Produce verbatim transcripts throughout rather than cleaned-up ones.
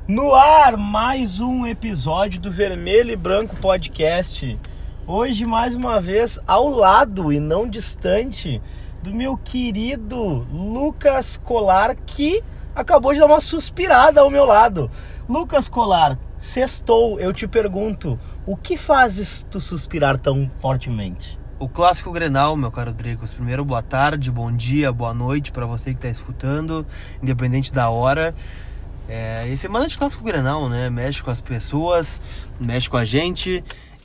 No ar, mais um episódio do Vermelho e Branco Podcast. Hoje, mais uma vez, ao lado e não distante do meu querido Lucas Colar, que acabou de dar uma suspirada ao meu lado. Lucas Colar, sextou, eu te pergunto, o que fazes tu suspirar tão fortemente? O clássico Grenal, meu caro Dricos. Primeiro, boa tarde, bom dia, boa noite para você que está escutando, independente da hora. É, e semana de clássico Grenal, né? Mexe com as pessoas, mexe com a gente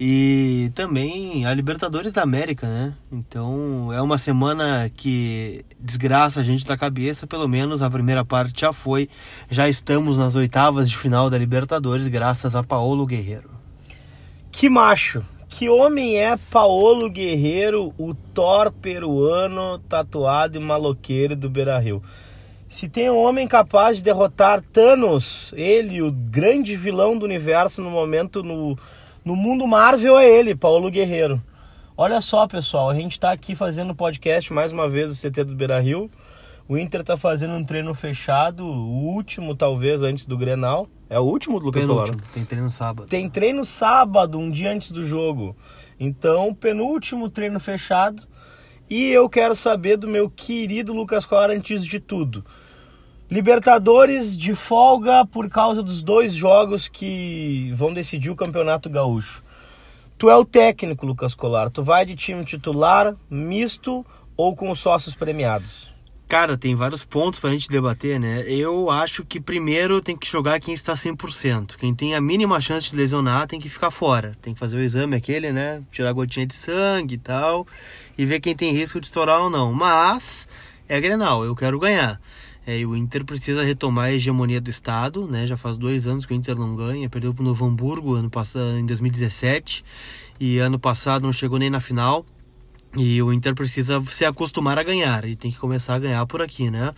e também a Libertadores da América, né? Então é uma semana que desgraça a gente da cabeça. Pelo menos a primeira parte já foi. Já estamos nas oitavas de final da Libertadores, graças a Paolo Guerrero. Que macho! Que homem é Paolo Guerrero, o Thor peruano, tatuado e maloqueiro do Beira-Rio? Se tem um homem capaz de derrotar Thanos, ele, o grande vilão do universo no momento no, no mundo Marvel, é ele, Paolo Guerrero. Olha só, pessoal, a gente tá aqui fazendo podcast mais uma vez, o C T do Beira-Rio. O Inter tá fazendo um treino fechado, o último talvez antes do Grenal. É o último do Lucas Colar? Tem treino sábado. Tem treino sábado, um dia antes do jogo. Então, penúltimo treino fechado. E eu quero saber do meu querido Lucas Colar antes de tudo. Libertadores de folga por causa dos dois jogos que vão decidir o Campeonato Gaúcho. Tu é o técnico, Lucas Colar. Tu vai de time titular, misto ou com os sócios premiados? Cara, tem vários pontos pra gente debater, né? Eu acho que primeiro tem que jogar quem está cem por cento. Quem tem a mínima chance de lesionar tem que ficar fora. Tem que fazer o exame aquele, né? Tirar a gotinha de sangue e tal. E ver quem tem risco de estourar ou não. Mas é Grenal, eu quero ganhar. É, o Inter precisa retomar a hegemonia do estado, né? Já faz dois anos que o Inter não ganha. Perdeu pro Novo Hamburgo ano passado, em dois mil e dezessete. E ano passado não chegou nem na final. E o Inter precisa se acostumar a ganhar. E tem que começar a ganhar por aqui, né?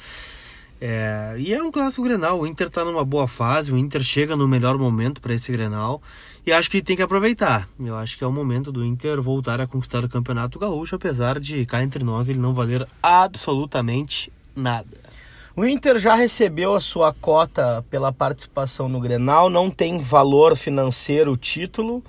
É, e é um clássico Grenal. O Inter tá numa boa fase. O Inter chega no melhor momento para esse Grenal. E acho que tem que aproveitar. Eu acho que é o momento do Inter voltar a conquistar o Campeonato Gaúcho. Apesar de, cá entre nós, ele não valer absolutamente nada. O Inter já recebeu a sua cota pela participação no Grenal. Não tem valor financeiro o título.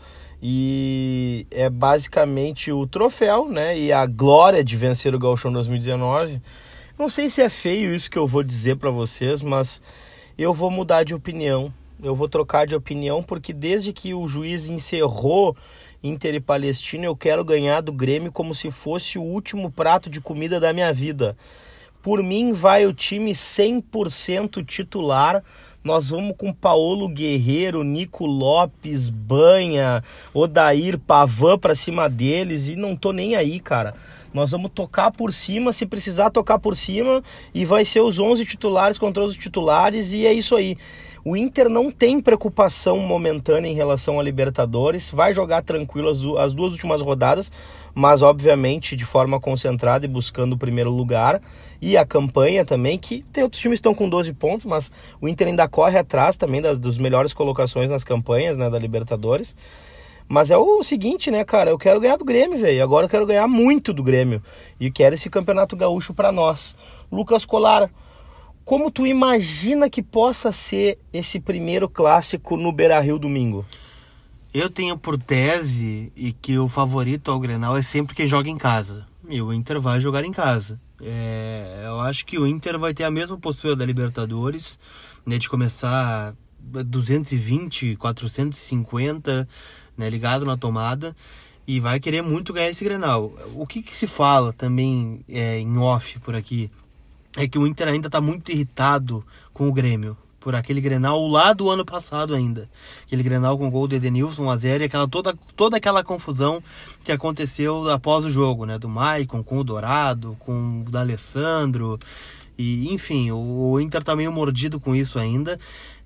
E é basicamente o troféu, né? E a glória de vencer o Gauchão dois mil e dezenove. Não sei se é feio isso que eu vou dizer para vocês, mas eu vou mudar de opinião. Eu vou trocar de opinião porque desde que o juiz encerrou Inter e Palestino, eu quero ganhar do Grêmio como se fosse o último prato de comida da minha vida. Por mim vai o time cem por cento titular. Nós vamos com Paolo Guerrero, Nico Lopes, Banha, Odair, Pavan pra cima deles e não tô nem aí, cara. Nós vamos tocar por cima, se precisar tocar por cima, e vai ser os onze titulares contra os titulares e é isso aí. O Inter não tem preocupação momentânea em relação a Libertadores, vai jogar tranquilo as, as duas últimas rodadas, mas obviamente de forma concentrada e buscando o primeiro lugar. E a campanha também, que tem outros times que estão com doze pontos, mas o Inter ainda corre atrás também das, das melhores colocações nas campanhas, né, da Libertadores. Mas é o seguinte, né, cara, eu quero ganhar do Grêmio, velho. Agora eu quero ganhar muito do Grêmio. E quero esse Campeonato Gaúcho pra nós. Lucas Colar, como tu imagina que possa ser esse primeiro clássico no Beira-Rio domingo? Eu tenho por tese e que o favorito ao Grenal é sempre quem joga em casa. E o Inter vai jogar em casa. É, eu acho que o Inter vai ter a mesma postura da Libertadores, né, de começar duzentos e vinte, quatrocentos e cinquenta, né, ligado na tomada, e vai querer muito ganhar esse Grenal. O que, que se fala também é, em off por aqui é que o Inter ainda está muito irritado com o Grêmio por aquele Grenal lá do ano passado ainda. Aquele Grenal com o gol do Edenilson, um a zero, e aquela, toda, toda aquela confusão que aconteceu após o jogo, né? Do Maicon com o Dourado, com o D'Alessandro. E, enfim, o, o Inter tá meio mordido com isso ainda.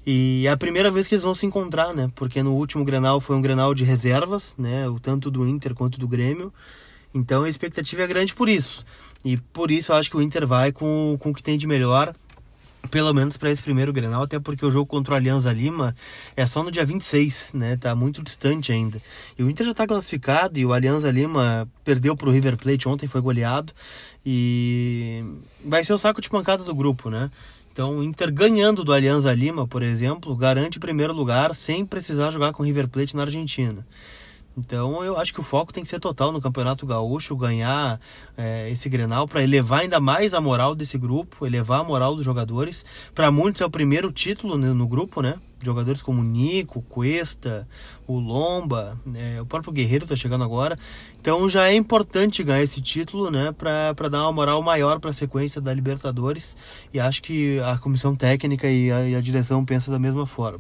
E é a primeira vez que eles vão se encontrar, né? Porque no último Grenal foi um Grenal de reservas, né? O tanto do Inter quanto do Grêmio. Então a expectativa é grande por isso. E por isso eu acho que o Inter vai com, com o que tem de melhor, pelo menos para esse primeiro Grenal, até porque o jogo contra o Alianza Lima é só no dia vinte e seis, né? Tá muito distante ainda. E o Inter já tá classificado e o Alianza Lima perdeu pro River Plate ontem, foi goleado. E vai ser o saco de pancada do grupo, né? Então, o Inter ganhando do Alianza Lima, por exemplo, garante o primeiro lugar sem precisar jogar com o River Plate na Argentina. Então, eu acho que o foco tem que ser total no Campeonato Gaúcho, ganhar é, esse Grenal para elevar ainda mais a moral desse grupo, elevar a moral dos jogadores. Para muitos é o primeiro título no, no grupo, né? Jogadores como o Nico, Cuesta, o Lomba, é, o próprio Guerreiro está chegando agora. Então, já é importante ganhar esse título, né? Para dar uma moral maior para a sequência da Libertadores. E acho que a comissão técnica e a, e a direção pensam da mesma forma.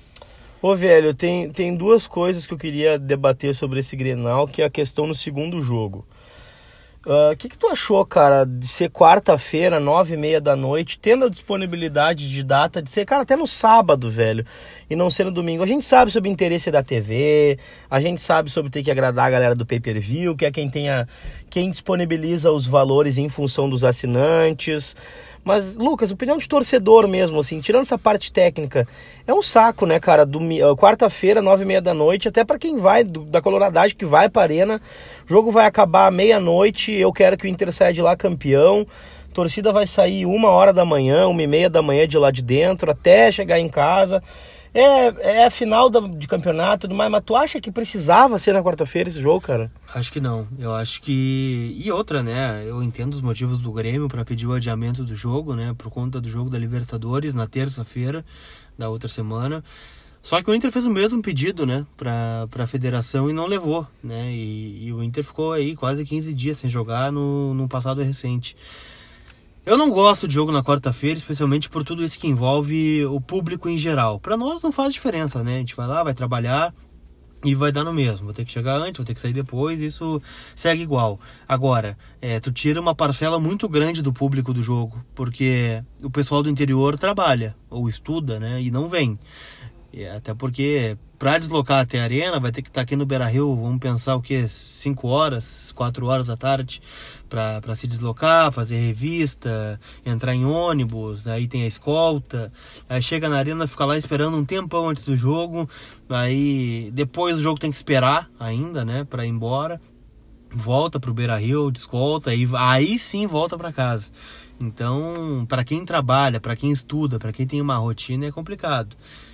Ô, velho, tem, tem duas coisas que eu queria debater sobre esse Grenal, que é a questão no segundo jogo. O uh, que, que tu achou, cara, de ser quarta-feira, nove e meia da noite, tendo a disponibilidade de data de ser, cara, até no sábado, velho, e não ser no domingo? A gente sabe sobre o interesse da T V, a gente sabe sobre ter que agradar a galera do pay-per-view, que é quem, tenha, quem disponibiliza os valores em função dos assinantes. Mas, Lucas, opinião de torcedor mesmo, assim, tirando essa parte técnica, é um saco, né, cara? Domi- quarta-feira, nove e meia da noite, até pra quem vai, do, da coloradagem, que vai pra arena, o jogo vai acabar meia-noite, eu quero que o Inter saia de lá campeão, torcida vai sair uma hora da manhã, uma e meia da manhã de lá de dentro, até chegar em casa. É, é a final da, de campeonato e tudo mais, mas tu acha que precisava ser na quarta-feira esse jogo, cara? Acho que não. Eu acho que... E outra, né? Eu entendo os motivos do Grêmio para pedir o adiamento do jogo, né? Por conta do jogo da Libertadores na terça-feira da outra semana. Só que o Inter fez o mesmo pedido, né? Para a federação e não levou, né? E, e o Inter ficou aí quase quinze dias sem jogar no, no passado recente. Eu não gosto de jogo na quarta-feira, especialmente por tudo isso que envolve o público em geral. Para nós não faz diferença, né? A gente vai lá, vai trabalhar e vai dar no mesmo. Vou ter que chegar antes, vou ter que sair depois, isso segue igual. Agora, é, tu tira uma parcela muito grande do público do jogo, porque o pessoal do interior trabalha ou estuda, né? E não vem. E até porque para deslocar até a arena vai ter que estar aqui no Beira-Rio, vamos pensar o que? cinco horas, quatro horas da tarde para se deslocar, fazer revista, entrar em ônibus, aí tem a escolta, aí chega na arena, fica lá esperando um tempão antes do jogo, aí depois do jogo tem que esperar ainda, né, para ir embora, volta pro Beira-Rio de escolta, aí, aí sim volta para casa. Então, para quem trabalha, para quem estuda, para quem tem uma rotina é complicado.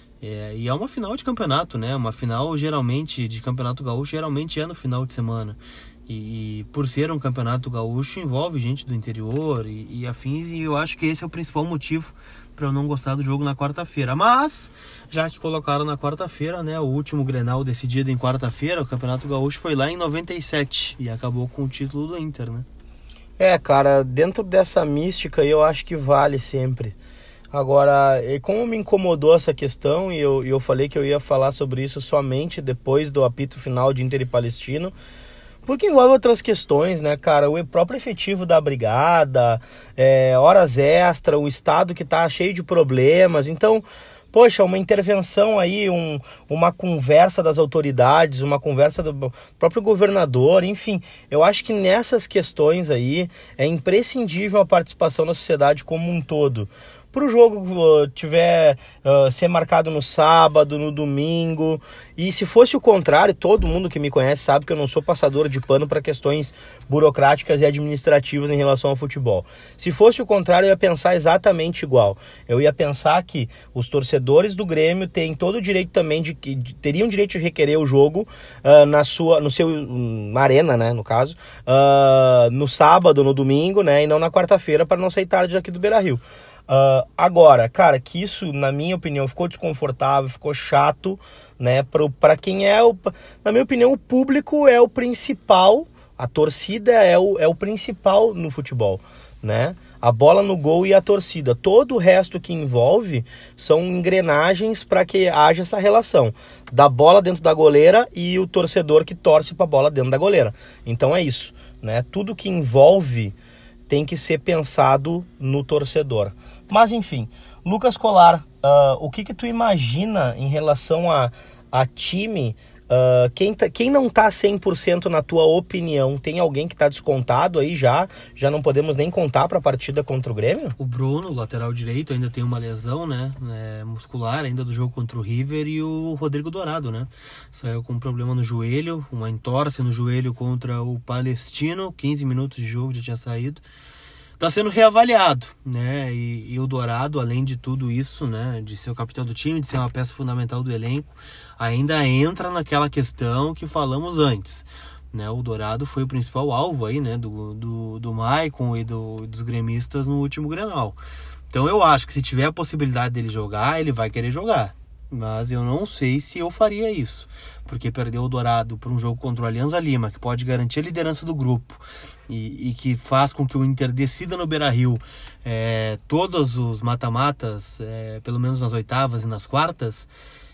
É, e é uma final de campeonato, né? Uma final geralmente de campeonato gaúcho geralmente é no final de semana. E, e por ser um campeonato gaúcho envolve gente do interior e, e afins, e eu acho que esse é o principal motivo para eu não gostar do jogo na quarta-feira. Mas, já que colocaram na quarta-feira, né? O último Grenal decidido em quarta-feira, o campeonato gaúcho foi lá em noventa e sete e acabou com o título do Inter, né? É, cara, dentro dessa mística eu acho que vale sempre. Agora, como me incomodou essa questão, e eu, eu falei que eu ia falar sobre isso somente depois do apito final de Inter e Palestino, porque envolve outras questões, né, cara? O próprio efetivo da brigada, é, horas extras, o estado que tá cheio de problemas. Então, poxa, uma intervenção aí, um, uma conversa das autoridades, uma conversa do próprio governador, enfim. Eu acho que nessas questões aí é imprescindível a participação da sociedade como um todo. Para o jogo uh, tiver uh, ser marcado no sábado, no domingo, e se fosse o contrário, todo mundo que me conhece sabe que eu não sou passador de pano para questões burocráticas e administrativas em relação ao futebol. Se fosse o contrário, eu ia pensar exatamente igual. Eu ia pensar que os torcedores do Grêmio têm todo o direito também de que teriam direito de requerer o jogo uh, na sua, no seu na arena, né, no caso, uh, no sábado, no domingo, né, e não na quarta-feira para não sair tarde aqui do Beira-Rio. Uh, agora, cara, que isso, na minha opinião, ficou desconfortável, ficou chato, né, para quem é, o, na minha opinião, o público é o principal, a torcida é o, é o principal no futebol, né, a bola no gol e a torcida, todo o resto que envolve são engrenagens para que haja essa relação da bola dentro da goleira e o torcedor que torce para a bola dentro da goleira. Então é isso, né, tudo que envolve tem que ser pensado no torcedor. Mas enfim, Lucas Colar, uh, o que que tu imagina em relação a, a time? Uh, quem, tá, quem não tá cem por cento na tua opinião? Tem alguém que tá descontado aí já? Já não podemos nem contar para a partida contra o Grêmio? O Bruno, lateral direito, ainda tem uma lesão, né, é, muscular ainda do jogo contra o River, e o Rodrigo Dourado, né, saiu com um problema no joelho, uma entorse no joelho contra o Palestino, quinze minutos de jogo já tinha saído. está sendo reavaliado, né? E, e o Dourado, além de tudo isso, né, de ser o capitão do time, de ser uma peça fundamental do elenco, ainda entra naquela questão que falamos antes, né? O Dourado foi o principal alvo aí, né, do, do, do Maicon e do, dos gremistas no último Grenal. Então eu acho que se tiver a possibilidade dele jogar, ele vai querer jogar. Mas eu não sei se eu faria isso, porque perder o Dourado para um jogo contra o Alianza Lima, que pode garantir a liderança do grupo e, e que faz com que o Inter decida no Beira-Rio é, todos os mata-matas, é, pelo menos nas oitavas e nas quartas,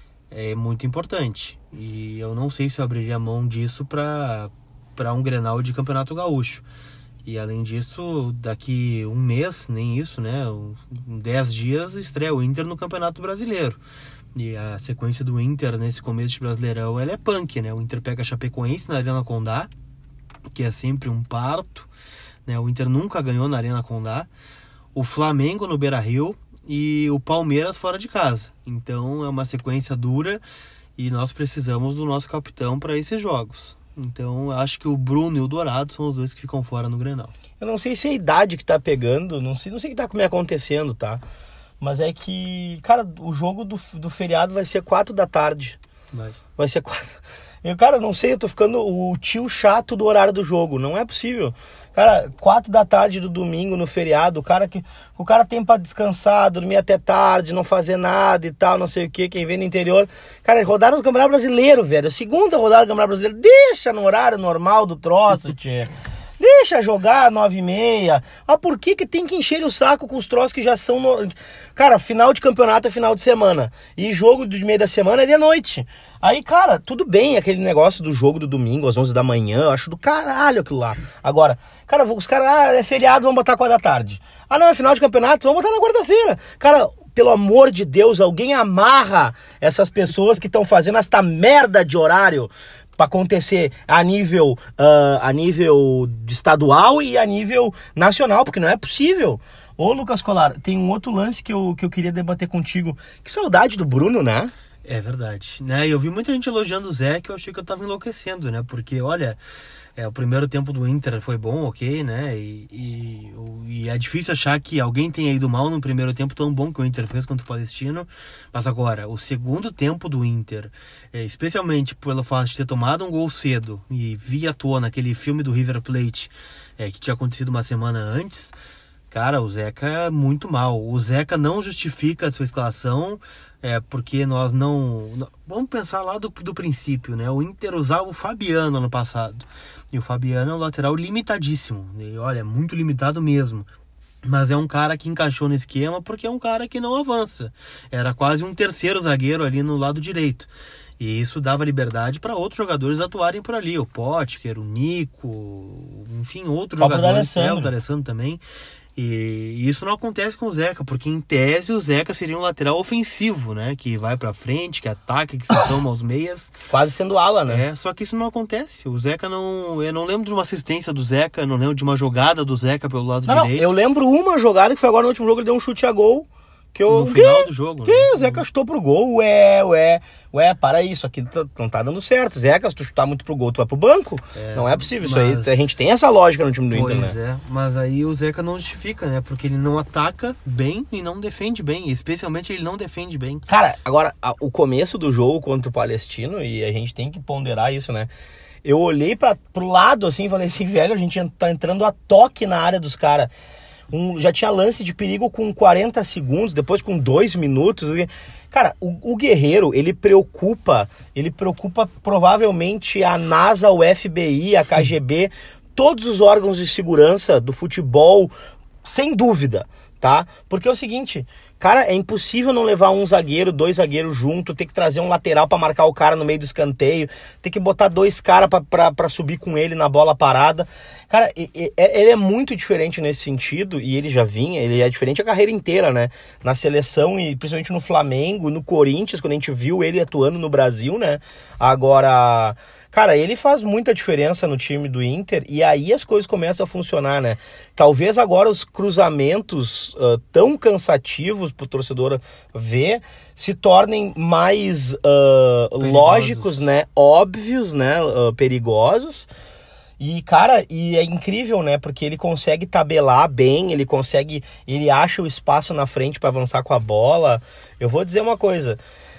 é muito importante. E eu não sei se eu abriria mão disso para para um Grenal de Campeonato Gaúcho. E além disso, daqui um mês, nem isso, né? Em dez dias estreia o Inter no Campeonato Brasileiro. E a sequência do Inter nesse começo de Brasileirão, ela é punk, né? O Inter pega a Chapecoense na Arena Condá, que é sempre um parto, né? O Inter nunca ganhou na Arena Condá. O Flamengo no Beira-Rio e o Palmeiras fora de casa. Então é uma sequência dura e nós precisamos do nosso capitão para esses jogos. Então acho que o Bruno e o Dourado são os dois que ficam fora no Grenal. Eu não sei se é a idade que tá pegando, não sei, não sei o que tá me acontecendo, tá? Mas é que, cara, o jogo do, do feriado vai ser quatro da tarde. Vai. Vai ser quatro. Eu, cara, não sei, eu tô ficando o tio chato do horário do jogo. Não é possível. Cara, quatro da tarde do domingo no feriado, o cara que o cara tem pra descansar, dormir até tarde, não fazer nada e tal, não sei o que, quem vem no interior. Cara, rodada do Campeonato Brasileiro, velho. A segunda rodada do Campeonato Brasileiro. Deixa no horário normal do troço, tchê. Deixa jogar nove e meia. Ah, por que que tem que encher o saco com os troços que já são... No... Cara, final de campeonato é final de semana. E jogo de meio da semana é de noite. Aí, cara, tudo bem aquele negócio do jogo do domingo às onze da manhã. Eu acho do caralho aquilo lá. Agora, cara, os caras... Ah, é feriado, vamos botar quatro da tarde. Ah, não, é final de campeonato, vamos botar na quarta-feira. Cara... Pelo amor de Deus, alguém amarra essas pessoas que estão fazendo esta merda de horário para acontecer a nível, uh, a nível estadual e a nível nacional, porque não é possível. Ô, Lucas Colar, tem um outro lance que eu, que eu queria debater contigo. Que saudade do Bruno, né? É verdade. Né? Eu vi muita gente elogiando o Zé, que eu achei que eu tava enlouquecendo, né? Porque, olha... É, o primeiro tempo do Inter foi bom, ok, né? E, e, e é difícil achar que alguém tenha ido mal no primeiro tempo tão bom que o Inter fez contra o Palestino. Mas agora, o segundo tempo do Inter, é, especialmente pelo fato de ter tomado um gol cedo e vir à toa naquele filme do River Plate, é, que tinha acontecido uma semana antes, cara, o Zeca é muito mal. O Zeca não justifica a sua escalação, é, porque nós não... Vamos pensar lá do, do princípio, né? O Inter usava o Fabiano ano passado. E o Fabiano é um lateral limitadíssimo. E, olha, é muito limitado mesmo. Mas é um cara que encaixou no esquema porque é um cara que não avança. Era quase um terceiro zagueiro ali no lado direito. E isso dava liberdade para outros jogadores atuarem por ali. O Potker, o Nico, enfim, outros jogadores. Né? O D'Alessandro também. E isso não acontece com o Zeca, porque em tese o Zeca seria um lateral ofensivo, né? Que vai pra frente, que ataca, que se soma aos meias. Quase sendo ala, né? É, só que isso não acontece. O Zeca não... Eu não lembro de uma assistência do Zeca, não lembro de uma jogada do Zeca pelo lado não, direito. Não, eu lembro uma jogada que foi agora no último jogo, ele deu um chute a gol. Que eu... No final que? do jogo. Que? Né? O Zeca chutou pro gol, ué, ué, ué, para isso, aqui não tá dando certo. Zeca, se tu chutar muito pro gol, tu vai pro banco? É, não é possível, mas... isso aí, a gente tem essa lógica no time do Inter, né? Pois é, mas aí o Zeca não justifica, né? Porque ele não ataca bem e não defende bem, especialmente ele não defende bem. Cara, agora, a, o começo do jogo contra o Palestino, e a gente tem que ponderar isso, né? Eu olhei pra, pro lado, assim, e falei assim, velho, a gente tá entrando a toque na área dos caras. Um, já tinha lance de perigo com quarenta segundos, depois com dois minutos. Cara, o, o Guerreiro, ele preocupa, ele preocupa provavelmente a NASA, o F B I, a K G B, todos os órgãos de segurança do futebol, sem dúvida, tá? Porque é o seguinte, cara, é impossível não levar um zagueiro, dois zagueiros junto, ter que trazer um lateral pra marcar o cara no meio do escanteio, ter que botar dois caras pra, pra, pra subir com ele na bola parada. Cara, ele é muito diferente nesse sentido, e ele já vinha, ele é diferente a carreira inteira, né? Na seleção e principalmente no Flamengo, no Corinthians, quando a gente viu ele atuando no Brasil, né? Agora, cara, ele faz muita diferença no time do Inter, e aí as coisas começam a funcionar, né? Talvez agora os cruzamentos uh, tão cansativos pro torcedor ver se tornem mais uh, lógicos, né? Óbvios, né? Uh, perigosos. E, cara, e é incrível, né? Porque ele consegue tabelar bem, ele consegue, ele acha o espaço na frente para avançar com a bola. Eu vou dizer uma coisa,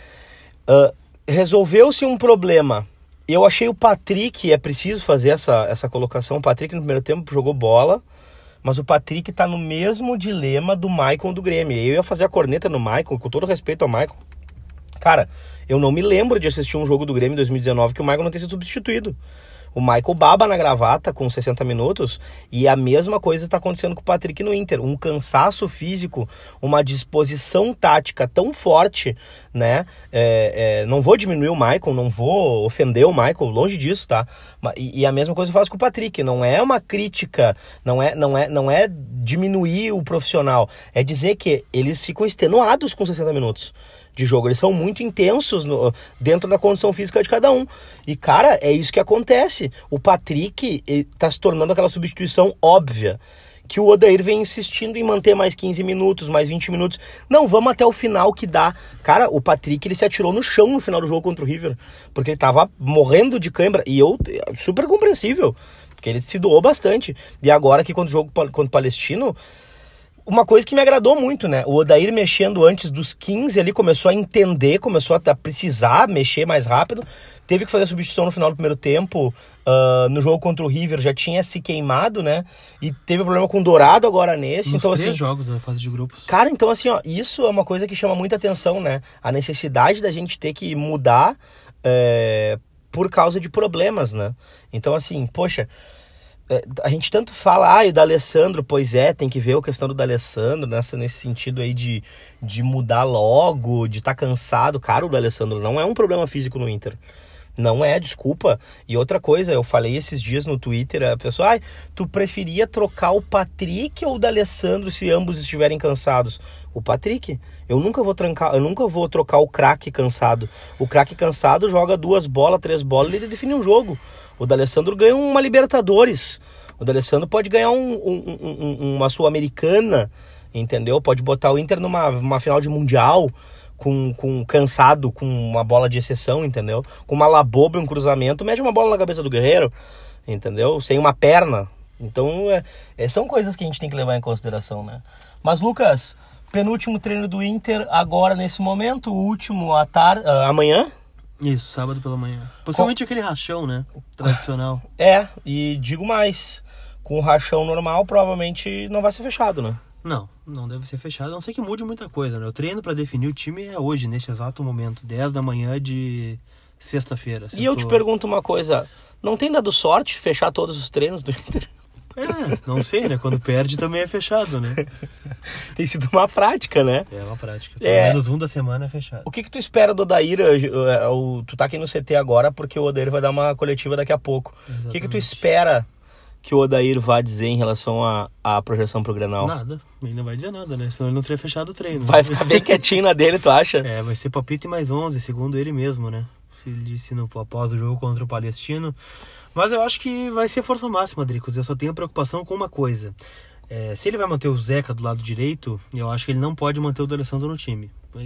uh, resolveu-se um problema. Eu achei o Patrick, é preciso fazer essa, essa colocação, o Patrick no primeiro tempo jogou bola, mas o Patrick tá no mesmo dilema do Maicon do Grêmio. Eu ia fazer a corneta no Maicon, com todo respeito ao Maicon. Cara, eu não me lembro de assistir um jogo do Grêmio em dois mil e dezenove que o Maicon não tenha sido substituído. O Michael baba na gravata com sessenta minutos e a mesma coisa está acontecendo com o Patrick no Inter. Um cansaço físico, uma disposição tática tão forte, né? É, é, não vou diminuir o Michael, não vou ofender o Michael, longe disso, tá? E, e a mesma coisa eu faço com o Patrick. Não é uma crítica, não é, não é, não é diminuir o profissional. É dizer que eles ficam extenuados com sessenta minutos de jogo, eles são muito intensos no, dentro da condição física de cada um. E, cara, é isso que acontece. O Patrick tá se tornando aquela substituição óbvia, que o Odair vem insistindo em manter mais quinze minutos, mais vinte minutos. Não, vamos até o final que dá. Cara, o Patrick, ele se atirou no chão no final do jogo contra o River, porque ele tava morrendo de cãibra, e eu, super compreensível, porque ele se doou bastante. E agora aqui contra o jogo contra o Palestino, uma coisa que me agradou muito, né? O Odair mexendo antes dos quinze ali, começou a entender, começou a precisar mexer mais rápido. Teve que fazer a substituição no final do primeiro tempo. Uh, no jogo contra o River já tinha se queimado, né? E teve problema com o Dourado agora nesse. Nos então, três assim, jogos da fase de grupos. Cara, então assim, ó, isso é uma coisa que chama muita atenção, né? A necessidade da gente ter que mudar é, por causa de problemas, né? Então, assim, poxa, a gente tanto fala, ah, e o D'Alessandro, pois é, tem que ver a questão do D'Alessandro nessa, nesse sentido aí de, de mudar logo, de estar tá cansado. Cara, o D'Alessandro não é um problema físico no Inter. Não é, desculpa. E outra coisa, eu falei esses dias no Twitter, a pessoa, ah, tu preferia trocar o Patrick ou o D'Alessandro se ambos estiverem cansados? O Patrick. Eu nunca vou trancar, eu nunca vou trocar o craque cansado. O craque cansado joga duas bolas, três bolas e ele define um jogo. O D'Alessandro ganha uma Libertadores. O D'Alessandro pode ganhar um, um, um, uma Sul-Americana, entendeu? Pode botar o Inter numa uma final de Mundial com, com cansado, com uma bola de exceção, entendeu? Com uma laboba e um cruzamento, mete uma bola na cabeça do Guerreiro, entendeu? Sem uma perna. Então, é, é, são coisas que a gente tem que levar em consideração, né? Mas, Lucas, penúltimo treino do Inter agora nesse momento, o último à tarde, uh, amanhã? Isso, sábado pela manhã. Possivelmente aquele rachão, né? Tradicional. É, e digo mais, com o rachão normal, provavelmente não vai ser fechado, né? Não, não deve ser fechado, a não ser que mude muita coisa, né? O treino pra definir o time é hoje, neste exato momento, dez da manhã de sexta-feira. E eu te pergunto uma coisa, não tem dado sorte fechar todos os treinos do Inter? É, não sei, né? Quando perde também é fechado, né? Tem sido uma prática, né? É uma prática. Pelo é... menos um da semana é fechado. O que que tu espera do Odair? Tu tá aqui no C T agora porque o Odair vai dar uma coletiva daqui a pouco. Exatamente. O que que tu espera que o Odair vá dizer em relação à a, a projeção pro Grenal? Nada. Ele não vai dizer nada, né? Senão ele não teria fechado o treino. Vai ficar bem quietinho na dele, tu acha? É, vai ser palpite mais onze, segundo ele mesmo, né? Ele disse no, após o jogo contra o Palestino. Mas eu acho que vai ser força máxima, Dricos. Eu só tenho preocupação com uma coisa. É, se ele vai manter o Zeca do lado direito, eu acho que ele não pode manter o D'Alessandro no time.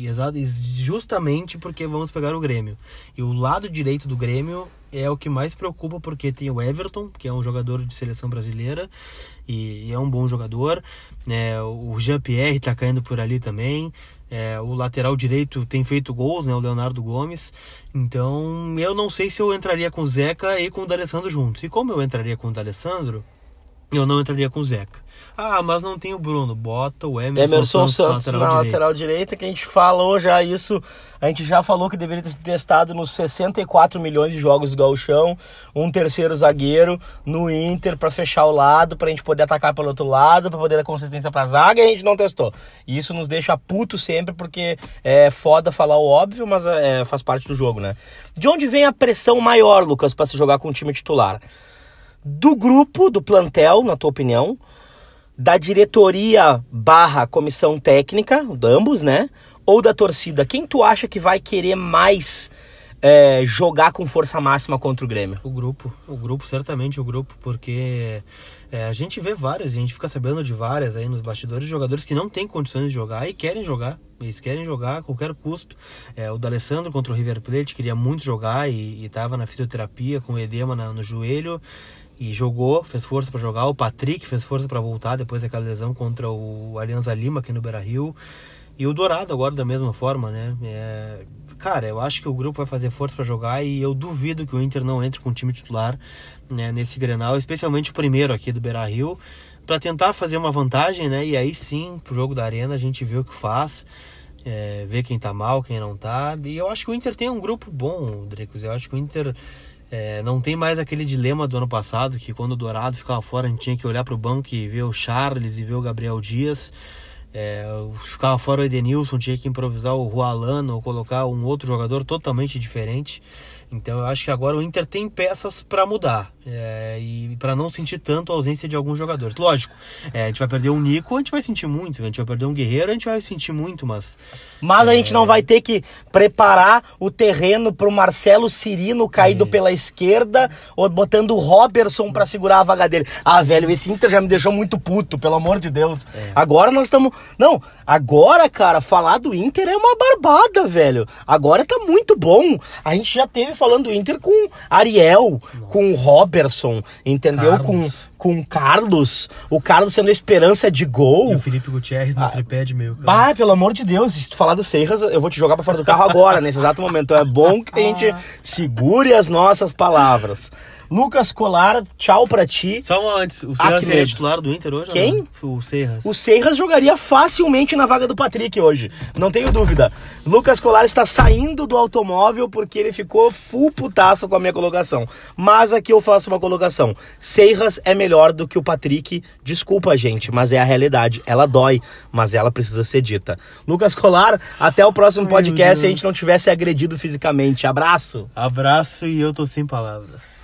Justamente porque vamos pegar o Grêmio. E o lado direito do Grêmio é o que mais preocupa, porque tem o Everton, que é um jogador de seleção brasileira e é um bom jogador. É, o Jean-Pierre tá caindo por ali também. É, o lateral direito tem feito gols, né, o Leonardo Gomes. Então eu não sei se eu entraria com o Zeca e com o D'Alessandro juntos. E como eu entraria com o D'Alessandro, eu não entraria com o Zeca. Ah, mas não tem o Bruno. Bota o Emerson, Emerson Santos, Santos lateral na direito. lateral direita, que a gente falou já isso. A gente já falou que deveria ter testado nos sessenta e quatro milhões de jogos do Gauchão um terceiro zagueiro no Inter para fechar o lado, pra gente poder atacar pelo outro lado, para poder dar consistência pra zaga, e a gente não testou. E isso nos deixa puto sempre, porque é foda falar o óbvio, mas é, faz parte do jogo, né? De onde vem a pressão maior, Lucas, para se jogar com o time titular? Do grupo, do plantel, na tua opinião, da diretoria barra comissão técnica, de ambos, né? Ou da torcida? Quem tu acha que vai querer mais é, jogar com força máxima contra o Grêmio? O grupo, o grupo, certamente o grupo, porque é, a gente vê várias, a gente fica sabendo de várias aí nos bastidores, de jogadores que não têm condições de jogar e querem jogar. Eles querem jogar a qualquer custo. É, o D'Alessandro contra o River Plate queria muito jogar e estava na fisioterapia com edema na, no joelho. E jogou, fez força para jogar. O Patrick fez força para voltar depois daquela lesão contra o Alianza Lima aqui no Beira-Rio. E o Dourado agora da mesma forma, né? É... Cara, eu acho que o grupo vai fazer força para jogar e eu duvido que o Inter não entre com o time titular, né, nesse Grenal, especialmente o primeiro aqui do Beira-Rio, para tentar fazer uma vantagem, né? E aí sim, pro jogo da Arena, a gente vê o que faz, é, vê quem tá mal, quem não tá. E eu acho que o Inter tem um grupo bom, Dricos. Eu acho que o Inter... É, não tem mais aquele dilema do ano passado, que quando o Dourado ficava fora a gente tinha que olhar pro banco e ver o Charles e ver o Gabriel Dias. É, ficava fora o Edenilson, tinha que improvisar o Rualano ou colocar um outro jogador totalmente diferente. Então eu acho que agora o Inter tem peças para mudar, é, e para não sentir tanto a ausência de alguns jogadores. Lógico, é, a gente vai perder um Nico, a gente vai sentir muito. A gente vai perder um Guerreiro, a gente vai sentir muito, mas... Mas é... a gente não vai ter que preparar o terreno pro Marcelo Cirino caído Isso. pela esquerda, ou botando o Robertson para segurar a vaga dele. Ah, velho, esse Inter já me deixou muito puto, pelo amor de Deus. É. Agora nós estamos... Não, agora, cara, falar do Inter é uma barbada, velho. Agora tá muito bom. A gente já teve falando do Inter com Ariel, Nossa. com Robertson, entendeu? Carlos. Com, com Carlos. O Carlos sendo a esperança de gol. E o Felipe Gutierrez no ah, tripé de meio campo. Ah, pelo amor de Deus, se tu falar do Seiras, eu vou te jogar pra fora do carro agora, nesse exato momento. Então é bom que a gente segure as nossas palavras. Lucas Colar, tchau pra ti. Só uma antes, o Seiras seria medo. titular do Inter hoje? Quem? O Seiras. O Seiras jogaria facilmente na vaga do Patrick hoje, não tenho dúvida. Lucas Colar está saindo do automóvel porque ele ficou full putaço com a minha colocação. Mas aqui eu faço uma colocação. Seiras é melhor do que o Patrick, desculpa gente, mas é a realidade. Ela dói, mas ela precisa ser dita. Lucas Colar, até o próximo podcast se a gente não tivesse agredido fisicamente. Abraço. Abraço e eu tô sem palavras.